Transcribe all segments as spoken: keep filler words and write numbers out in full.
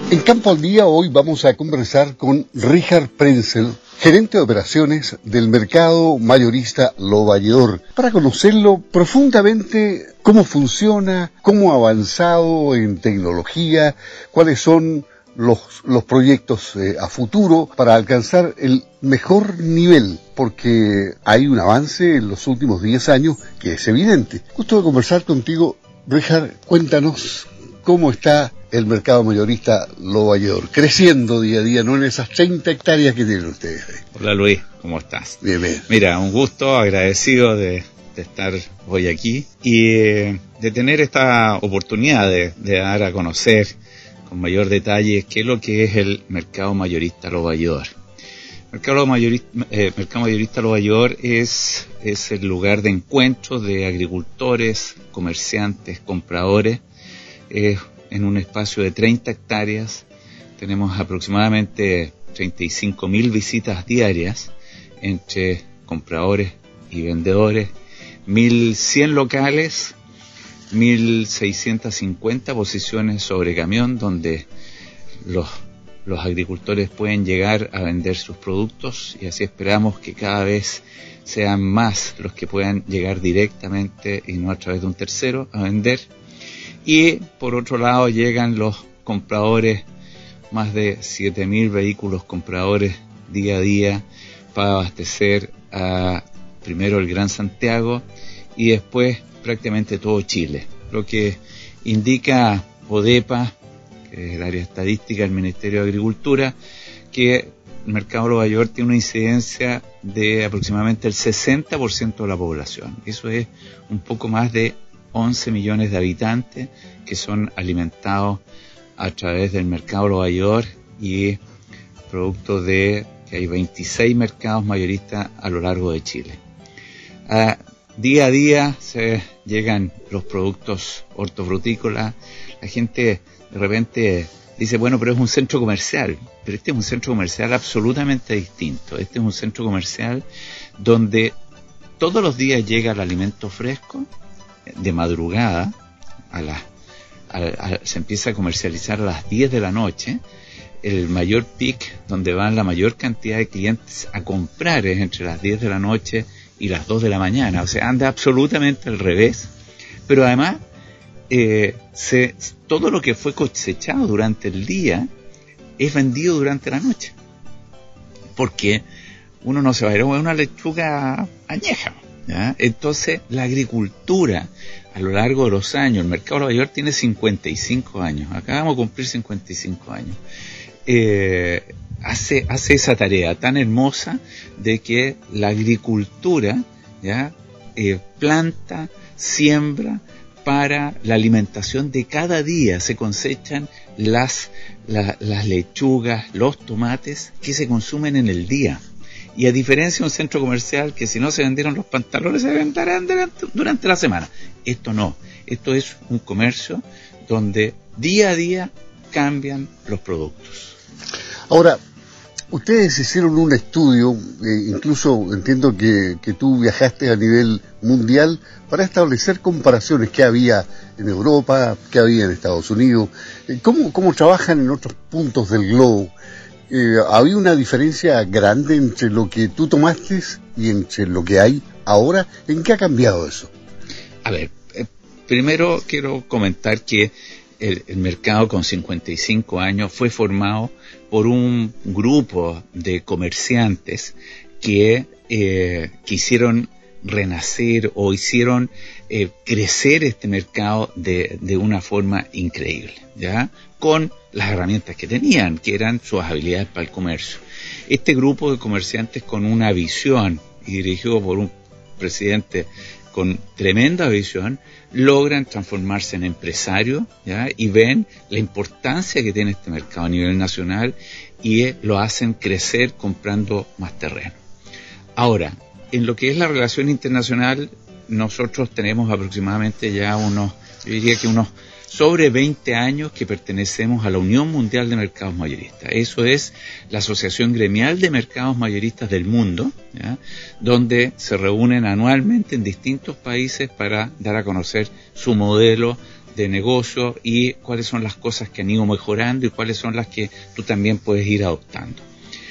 En Campo al Día hoy vamos a conversar con Richard Prenzel, gerente de operaciones del mercado mayorista Lo Valledor, para conocerlo profundamente, cómo funciona, cómo ha avanzado en tecnología, cuáles son los, los proyectos eh, a futuro para alcanzar el mejor nivel, porque hay un avance en los últimos diez años que es evidente. Gusto de conversar contigo, Richard. Cuéntanos cómo está el mercado mayorista Lo Valledor, creciendo día a día, no en esas treinta hectáreas que tienen ustedes. Hola Luis, ¿cómo estás? Bien, bien. Mira, un gusto, agradecido de, de estar hoy aquí y eh, de tener esta oportunidad de, de dar a conocer con mayor detalle qué es lo que es el mercado mayorista Lo Valledor. Mercado mayorista, eh, mercado mayorista Lo Valledor es, es el lugar de encuentro de agricultores, comerciantes, compradores. Es en un espacio de treinta hectáreas, tenemos aproximadamente treinta y cinco mil visitas diarias entre compradores y vendedores, mil cien locales, mil seiscientas cincuenta posiciones sobre camión donde los, los agricultores pueden llegar a vender sus productos, y así esperamos que cada vez sean más los que puedan llegar directamente y no a través de un tercero a vender. Y por otro lado llegan los compradores, más de siete mil vehículos compradores día a día para abastecer a primero el Gran Santiago y después prácticamente todo Chile. Lo que indica ODEPA, que es el área estadística del Ministerio de Agricultura, que el mercado Lo Valledor tiene una incidencia de aproximadamente el sesenta por ciento de la población. Eso es un poco más de once millones de habitantes que son alimentados a través del mercado Lo Valledor, y producto de que hay veintiséis mercados mayoristas a lo largo de Chile. Uh, día a día se llegan los productos hortofrutícolas. La gente de repente dice, bueno, pero es un centro comercial, pero este es un centro comercial absolutamente distinto. Este es un centro comercial donde todos los días llega el alimento fresco. De madrugada, a la, a, a, se empieza a comercializar a las diez de la noche. El mayor pic, donde van la mayor cantidad de clientes a comprar, es entre las diez de la noche y las dos de la mañana. O sea, anda absolutamente al revés. Pero además, eh, se, todo lo que fue cosechado durante el día es vendido durante la noche. Porque uno no se va a ir a una lechuga añeja, ¿ya? Entonces, la agricultura a lo largo de los años, el mercado Lo Valledor tiene cincuenta y cinco años, acabamos de cumplir cincuenta y cinco años, eh, hace, hace esa tarea tan hermosa de que la agricultura, ¿ya? Eh, planta, siembra para la alimentación de cada día. Se cosechan las, la, las lechugas, los tomates que se consumen en el día. Y a diferencia de un centro comercial que si no se vendieron los pantalones se venderán durante, durante la semana. Esto no. Esto es un comercio donde día a día cambian los productos. Ahora, ustedes hicieron un estudio, eh, incluso entiendo que, que tú viajaste a nivel mundial para establecer comparaciones que había en Europa, que había en Estados Unidos, eh, cómo, cómo trabajan en otros puntos del globo. Eh, ¿Había una diferencia grande entre lo que tú tomaste y entre lo que hay ahora? ¿En qué ha cambiado eso? A ver, eh, primero quiero comentar que el, el mercado con cincuenta y cinco años fue formado por un grupo de comerciantes que eh, quisieron renacer o hicieron eh, crecer este mercado de, de una forma increíble, ¿ya? Con las herramientas que tenían, que eran sus habilidades para el comercio. Este grupo de comerciantes con una visión y dirigido por un presidente con tremenda visión, logran transformarse en empresarios, ¿ya? Y ven la importancia que tiene este mercado a nivel nacional y eh, lo hacen crecer comprando más terreno. Ahora, en lo que es la relación internacional, nosotros tenemos aproximadamente ya unos, yo diría que unos sobre veinte años que pertenecemos a la Unión Mundial de Mercados Mayoristas. Eso es la Asociación Gremial de Mercados Mayoristas del Mundo, ¿ya? Donde se reúnen anualmente en distintos países para dar a conocer su modelo de negocio y cuáles son las cosas que han ido mejorando y cuáles son las que tú también puedes ir adoptando.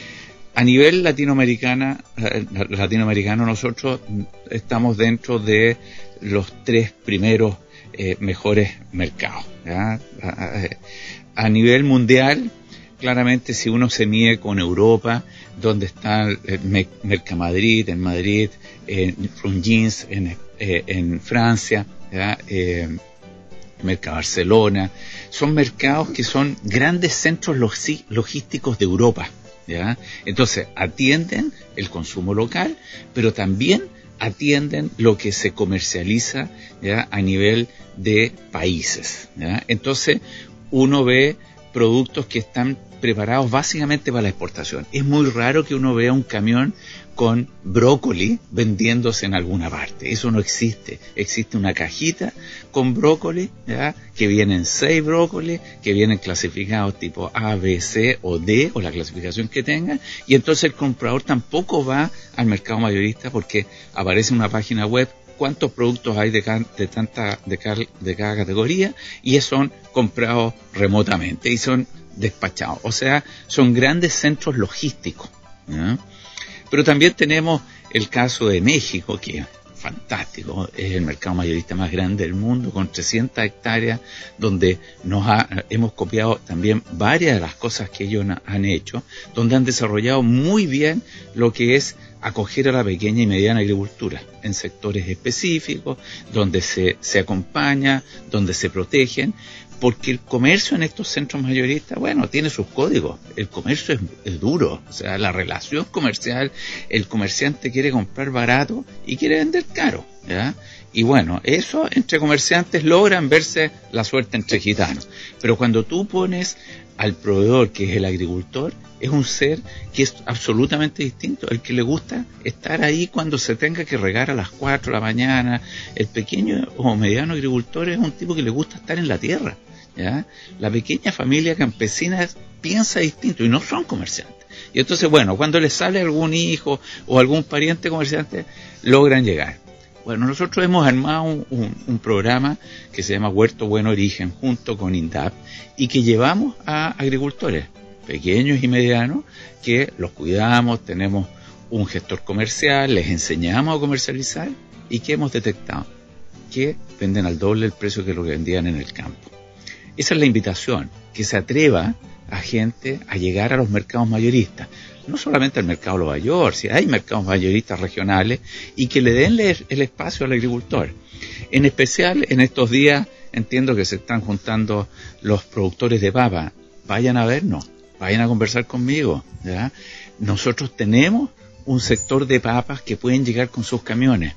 A nivel latinoamericana, latinoamericano, nosotros estamos dentro de los tres primeros eh, mejores mercados, ¿ya? A, a, a nivel mundial, claramente si uno se mide con Europa, donde está eh, Mercamadrid en Madrid, eh, Frungins en, eh, en Francia, ¿ya? Eh, Merca Barcelona, son mercados que son grandes centros log- logísticos de Europa, ¿ya? Entonces atienden el consumo local, pero también atienden lo que se comercializa, ¿ya? A nivel de países, ¿ya? Entonces uno ve productos que están preparados básicamente para la exportación. Es muy raro que uno vea un camión con brócoli vendiéndose en alguna parte. Eso no existe. Existe una cajita con brócoli, ¿ya? Que vienen seis brócolis, que vienen clasificados tipo A, B, C o D, o la clasificación que tengan, y entonces el comprador tampoco va al mercado mayorista porque aparece en una página web cuántos productos hay de, ca- de, tanta, de, ca- de cada categoría, y son comprados remotamente y son despachados. O sea, son grandes centros logísticos, ¿no? Pero también tenemos el caso de México, que es fantástico, es el mercado mayorista más grande del mundo, con trescientas hectáreas, donde nos ha, hemos copiado también varias de las cosas que ellos han hecho, donde han desarrollado muy bien lo que es acoger a la pequeña y mediana agricultura en sectores específicos, donde se, se acompaña, donde se protegen, porque el comercio en estos centros mayoristas, bueno, tiene sus códigos. El comercio es, es duro, o sea, la relación comercial, el comerciante quiere comprar barato y quiere vender caro, ¿ya? Y bueno, eso entre comerciantes logran verse la suerte entre gitanos. Pero cuando tú pones al proveedor, que es el agricultor, es un ser que es absolutamente distinto, el que le gusta estar ahí cuando se tenga que regar a las cuatro de la mañana. El pequeño o mediano agricultor es un tipo que le gusta estar en la tierra, ¿ya? La pequeña familia campesina piensa distinto y no son comerciantes. Y entonces, bueno, cuando les sale algún hijo o algún pariente comerciante, logran llegar. Bueno, nosotros hemos armado un, un, un programa que se llama Huerto Buen Origen junto con INDAP y que llevamos a agricultores pequeños y medianos, que los cuidamos, tenemos un gestor comercial, les enseñamos a comercializar y que hemos detectado que venden al doble el precio que lo que vendían en el campo. Esa es la invitación, que se atreva a gente a llegar a los mercados mayoristas, no solamente al mercado Nueva York, si hay mercados mayoristas regionales, y que le den el espacio al agricultor. En especial en estos días entiendo que se están juntando los productores de papa. Vayan a vernos, vayan a conversar conmigo, ¿ya? Nosotros tenemos un sector de papas que pueden llegar con sus camiones.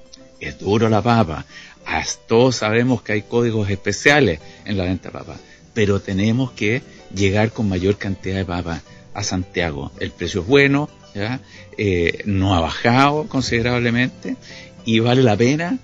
Es duro la papa. Todos sabemos que hay códigos especiales en la venta de papas, pero tenemos que llegar con mayor cantidad de papas a Santiago. El precio es bueno, ¿ya? Eh, no ha bajado considerablemente y vale la pena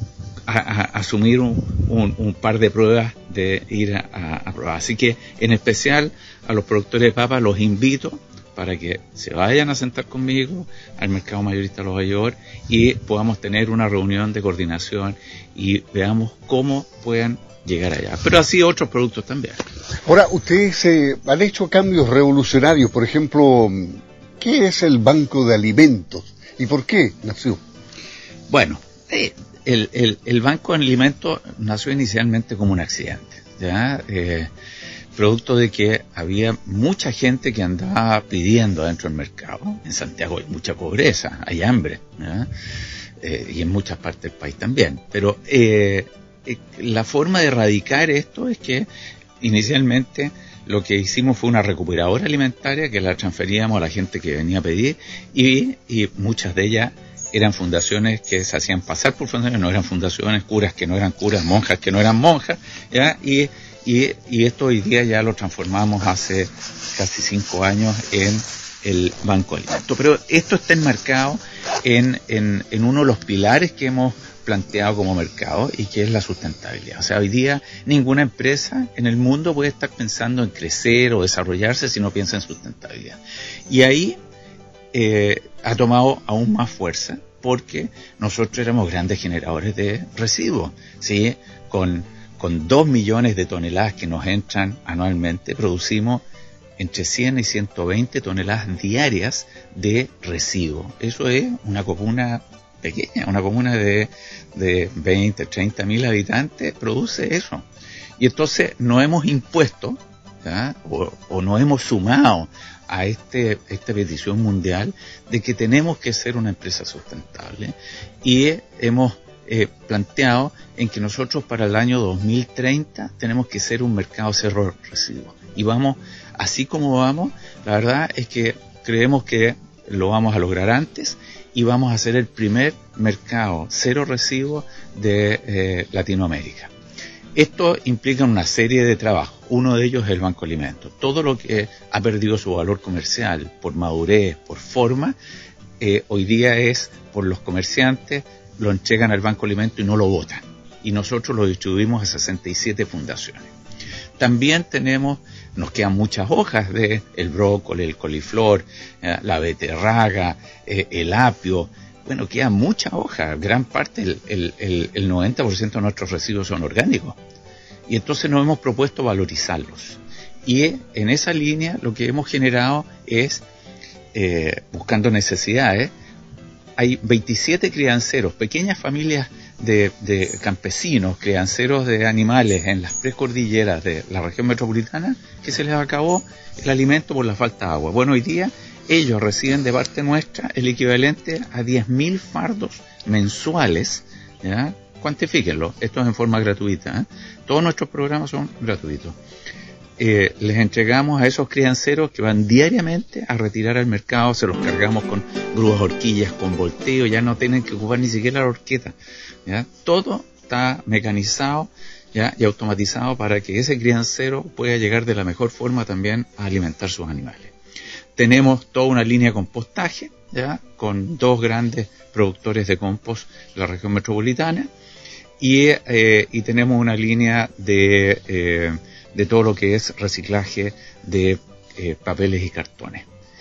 a, a, asumir un, un, un par de pruebas de ir a, a, a probar. Así que en especial a los productores de papas los invito para que se vayan a sentar conmigo al mercado mayorista de Nueva York y podamos tener una reunión de coordinación y veamos cómo puedan llegar allá. Pero así otros productos también. Ahora, ustedes eh, han hecho cambios revolucionarios. Por ejemplo, ¿qué es el Banco de Alimentos y por qué nació? Bueno, eh, el, el, el Banco de Alimentos nació inicialmente como un accidente, ¿ya? Eh, producto de que había mucha gente que andaba pidiendo dentro del mercado. En Santiago hay mucha pobreza, hay hambre, ¿ya? Eh, y en muchas partes del país también. Pero eh, eh, la forma de erradicar esto es que inicialmente lo que hicimos fue una recuperadora alimentaria que la transferíamos a la gente que venía a pedir y, y muchas de ellas eran fundaciones que se hacían pasar por fundaciones, no eran fundaciones, curas que no eran curas, monjas que no eran monjas, ¿ya? Y Y, y esto hoy día ya lo transformamos hace casi cinco años en el Banco de Alimentos. Pero esto está enmarcado en, en, en uno de los pilares que hemos planteado como mercado y que es la sustentabilidad. O sea, hoy día ninguna empresa en el mundo puede estar pensando en crecer o desarrollarse si no piensa en sustentabilidad. Y ahí eh, ha tomado aún más fuerza porque nosotros éramos grandes generadores de residuos, ¿sí? Con con dos millones de toneladas que nos entran anualmente, producimos entre cien y ciento veinte toneladas diarias de residuos. Eso es una comuna pequeña, una comuna de, de veinte, treinta mil habitantes, produce eso. Y entonces nos hemos impuesto, ¿ya? o, o nos hemos sumado a este, esta petición mundial de que tenemos que ser una empresa sustentable, y hemos eh, planteado en que nosotros para el año dos mil treinta tenemos que ser un mercado cero residuos. Y vamos, así como vamos, la verdad es que creemos que lo vamos a lograr antes, y vamos a ser el primer mercado cero residuos de eh, Latinoamérica. Esto implica una serie de trabajos. Uno de ellos es el Banco Alimentos. Todo lo que ha perdido su valor comercial por madurez, por forma, eh, hoy día es por los comerciantes, lo entregan al Banco Alimentos y no lo botan. Y nosotros lo distribuimos a sesenta y siete fundaciones. También tenemos, nos quedan muchas hojas de el brócoli, el coliflor, eh, la beterraga, eh, el apio. Bueno, quedan muchas hojas. Gran parte, el, el, el, el noventa por ciento de nuestros residuos son orgánicos. Y entonces nos hemos propuesto valorizarlos. Y en esa línea lo que hemos generado es, eh, buscando necesidades, hay veintisiete crianceros, pequeñas familias de, de campesinos, crianceros de animales en las precordilleras de la región metropolitana, que se les acabó el alimento por la falta de agua. Bueno, hoy día ellos reciben de parte nuestra el equivalente a diez mil fardos mensuales, ¿ya? Cuantifíquenlo, esto es en forma gratuita, ¿eh? Todos nuestros programas son gratuitos. Eh, les entregamos a esos crianceros que van diariamente a retirar al mercado, se los cargamos con grúas horquillas, con volteo, ya no tienen que ocupar ni siquiera la horqueta, ¿ya? Todo está mecanizado, ¿ya? Y automatizado para que ese criancero pueda llegar de la mejor forma también a alimentar sus animales. Tenemos toda una línea de compostaje, ¿ya? Con dos grandes productores de compost de la región metropolitana, y, eh, y tenemos una línea de... Eh, de todo lo que es reciclaje de eh, papeles y cartones.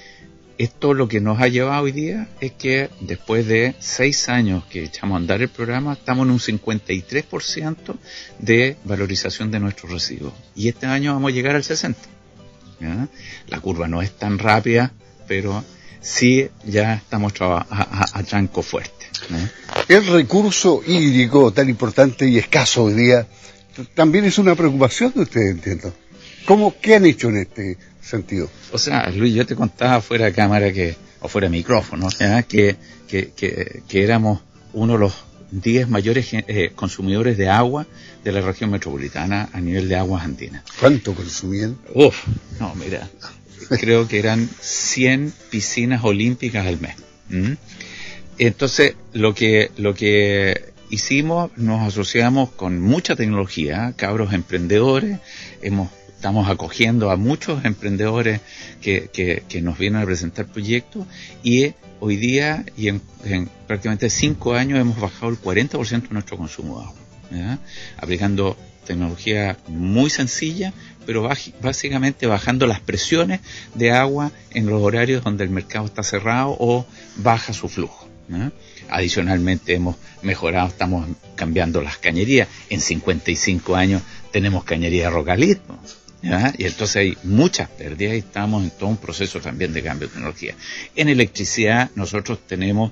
Esto lo que nos ha llevado hoy día es que después de seis años que echamos a andar el programa, estamos en un cincuenta y tres por ciento de valorización de nuestros residuos. Y este año vamos a llegar al sesenta por ciento. ¿Ya? La curva no es tan rápida, pero sí ya estamos a, a, a tranco fuerte, ¿no? El recurso hídrico tan importante y escaso hoy día también es una preocupación de ustedes, entiendo. ¿Cómo, qué han hecho en este sentido? O sea, Luis, yo te contaba fuera de cámara que, o fuera de micrófono, ¿ya? Que, que, que, que éramos uno de los diez mayores eh, consumidores de agua de la región metropolitana a nivel de aguas andinas. ¿Cuánto consumían? Uf, no, mira, creo que eran cien piscinas olímpicas al mes. ¿Mm? Entonces, lo que, lo que hicimos, nos asociamos con mucha tecnología, cabros emprendedores, hemos, estamos acogiendo a muchos emprendedores que, que, que nos vienen a presentar proyectos, y hoy día y en, en prácticamente cinco años hemos bajado el cuarenta por ciento de nuestro consumo de agua, ¿ya? Aplicando tecnología muy sencilla, pero baj, básicamente bajando las presiones de agua en los horarios donde el mercado está cerrado o baja su flujo, ¿ya? Adicionalmente hemos mejorado, estamos cambiando las cañerías. En cincuenta y cinco años tenemos cañería de rocalismo, ¿ya? Y entonces hay muchas pérdidas y estamos en todo un proceso también de cambio de tecnología. En electricidad nosotros tenemos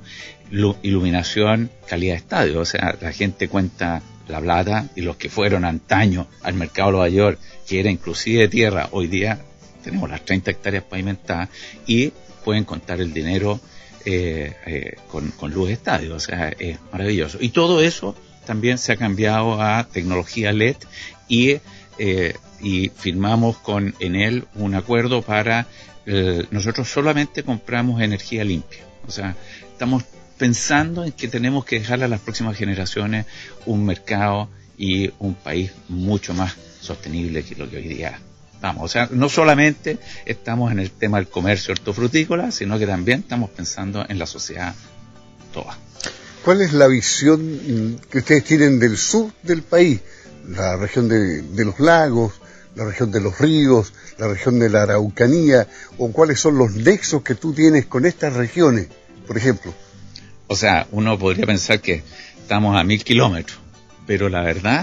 iluminación calidad de estadio, o sea, la gente cuenta la plata, y los que fueron antaño al mercado de Nueva York, que era inclusive de tierra, hoy día tenemos las treinta hectáreas pavimentadas y pueden contar el dinero Eh, eh, con, con luz de estadio, o sea, es maravilloso. Y todo eso también se ha cambiado a tecnología L E D, y, eh, y firmamos con Enel un acuerdo para, eh, nosotros solamente compramos energía limpia, o sea, estamos pensando en que tenemos que dejarle a las próximas generaciones un mercado y un país mucho más sostenible que lo que hoy día estamos. O sea, no solamente estamos en el tema del comercio hortofrutícola, sino que también estamos pensando en la sociedad toda. ¿Cuál es la visión que ustedes tienen del sur del país? La región de, de los lagos, la región de los ríos, la región de la Araucanía, o cuáles son los nexos que tú tienes con estas regiones, por ejemplo. O sea, uno podría pensar que estamos a mil kilómetros, pero la verdad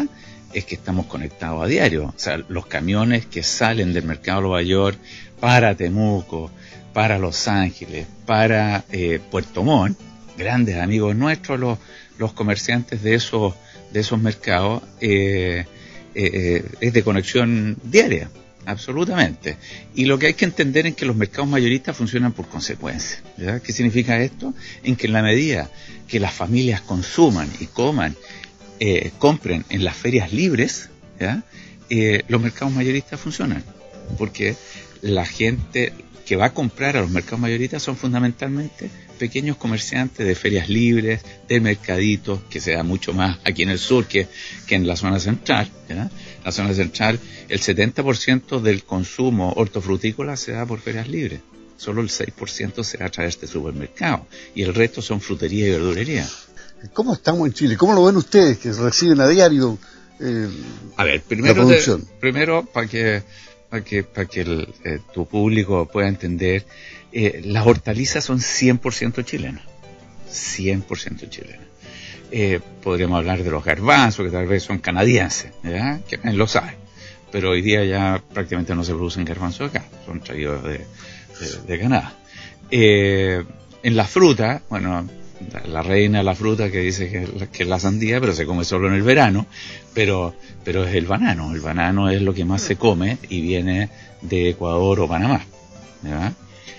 es que estamos conectados a diario. O sea, los camiones que salen del mercado de Nueva York para Temuco, para Los Ángeles, para eh, Puerto Montt, grandes amigos nuestros, los, los comerciantes de esos, de esos mercados, eh, eh, es de conexión diaria, absolutamente. Y lo que hay que entender es que los mercados mayoristas funcionan por consecuencia, ¿verdad? ¿Qué significa esto? En que en la medida que las familias consuman y coman, eh, compren en las ferias libres, ¿ya? Eh, los mercados mayoristas funcionan, porque la gente que va a comprar a los mercados mayoristas son fundamentalmente pequeños comerciantes de ferias libres, de mercaditos, que se da mucho más aquí en el sur que, que en la zona central, ¿ya? La zona central, el setenta por ciento del consumo hortofrutícola se da por ferias libres, solo el seis por ciento se da a través de supermercados, y el resto son frutería y verdulería. ¿Cómo estamos en Chile? ¿Cómo lo ven ustedes que reciben a diario eh, a ver, primero la producción? De, primero, para que, para que, para que el, eh, tu público pueda entender, eh, las hortalizas son cien por ciento chilenas, cien por ciento chilenas. Eh, podríamos hablar de los garbanzos, que tal vez son canadienses, ¿verdad? Que nadie lo sabe, pero hoy día ya prácticamente no se producen garbanzos acá, son traídos de, de, de Canadá. Eh, en la fruta, bueno, la, la reina de la fruta que dice que, que es la sandía, pero se come solo en el verano, pero, pero es el banano, el banano es lo que más se come y viene de Ecuador o Panamá, ¿verdad?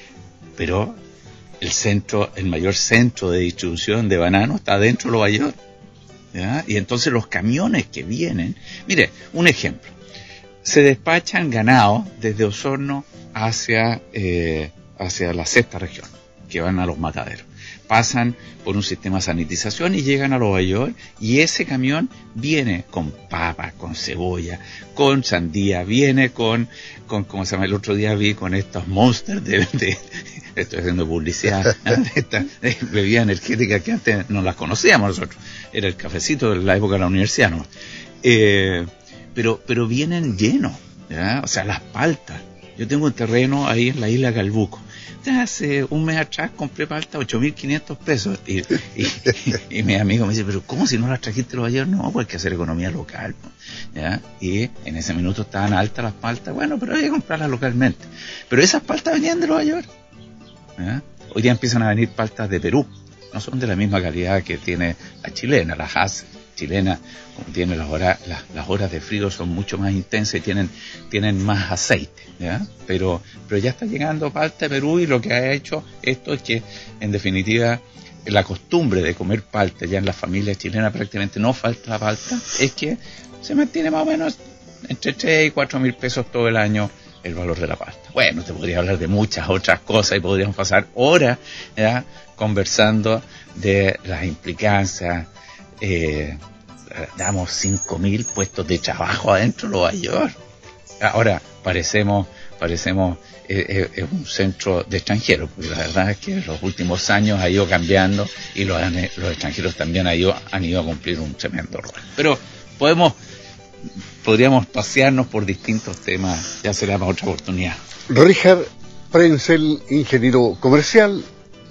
Pero el centro, el mayor centro de distribución de banano está dentro de Nueva York, ¿ya? Y entonces los camiones que vienen, mire, un ejemplo, se despachan ganado desde Osorno hacia, eh, hacia la sexta región, que van a los mataderos, pasan por un sistema de sanitización y llegan a Nueva York, y ese camión viene con papas, con cebolla, con sandía, viene con, con como se llama, el otro día vi con estos monsters de, de estoy haciendo publicidad, de esta de bebida energética que antes no las conocíamos nosotros, era el cafecito de la época de la universidad, ¿no? Eh, pero, pero vienen llenos, ¿ya? O sea, las paltas. Yo tengo un terreno ahí en la isla Calbuco. Hace un mes atrás compré palta ocho mil quinientos pesos y, y, y, y mi amigo me dice, pero ¿cómo si no las trajiste los ayer? No, pues hay que hacer economía local, ¿ya? Y en ese minuto estaban altas las paltas, bueno, pero hay que comprarlas localmente. Pero esas paltas venían de Nueva York, ¿ya? Hoy día empiezan a venir paltas de Perú, no son de la misma calidad que tiene la chilena, la Hass chilena, como tiene las horas, las, las horas de frío son mucho más intensas y tienen, tienen más aceite, ¿ya? Pero, pero ya está llegando palta de Perú, y lo que ha hecho esto es que, en definitiva, la costumbre de comer palta ya en las familias chilenas, prácticamente no falta la palta, es que se mantiene más o menos entre tres y cuatro mil pesos todo el año el valor de la palta. Bueno, te podría hablar de muchas otras cosas y podríamos pasar horas, ¿ya?, conversando de las implicancias. Eh, damos cinco mil puestos de trabajo adentro de Nueva York. Ahora parecemos parecemos eh, eh, un centro de extranjeros, porque la verdad es que en los últimos años ha ido cambiando y los, los extranjeros también han ido, han ido a cumplir un tremendo rol. Pero podemos podríamos pasearnos por distintos temas, ya será para otra oportunidad. Richard Prenzel, ingeniero comercial,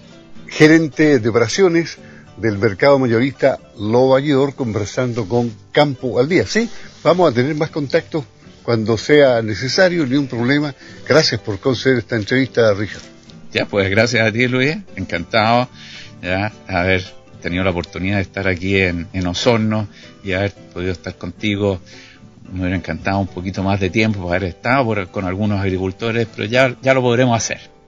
gerente de operaciones del mercado mayorista Nueva York, conversando con Campo al Día. Sí, vamos a tener más contactos cuando sea necesario, ni un problema. Gracias por conceder esta entrevista, Richard. Ya, pues gracias a ti, Luis, encantado ya haber tenido la oportunidad de estar aquí en, en Osorno y haber podido estar contigo. Me hubiera encantado un poquito más de tiempo para haber estado por, con algunos agricultores, pero ya, ya lo podremos hacer.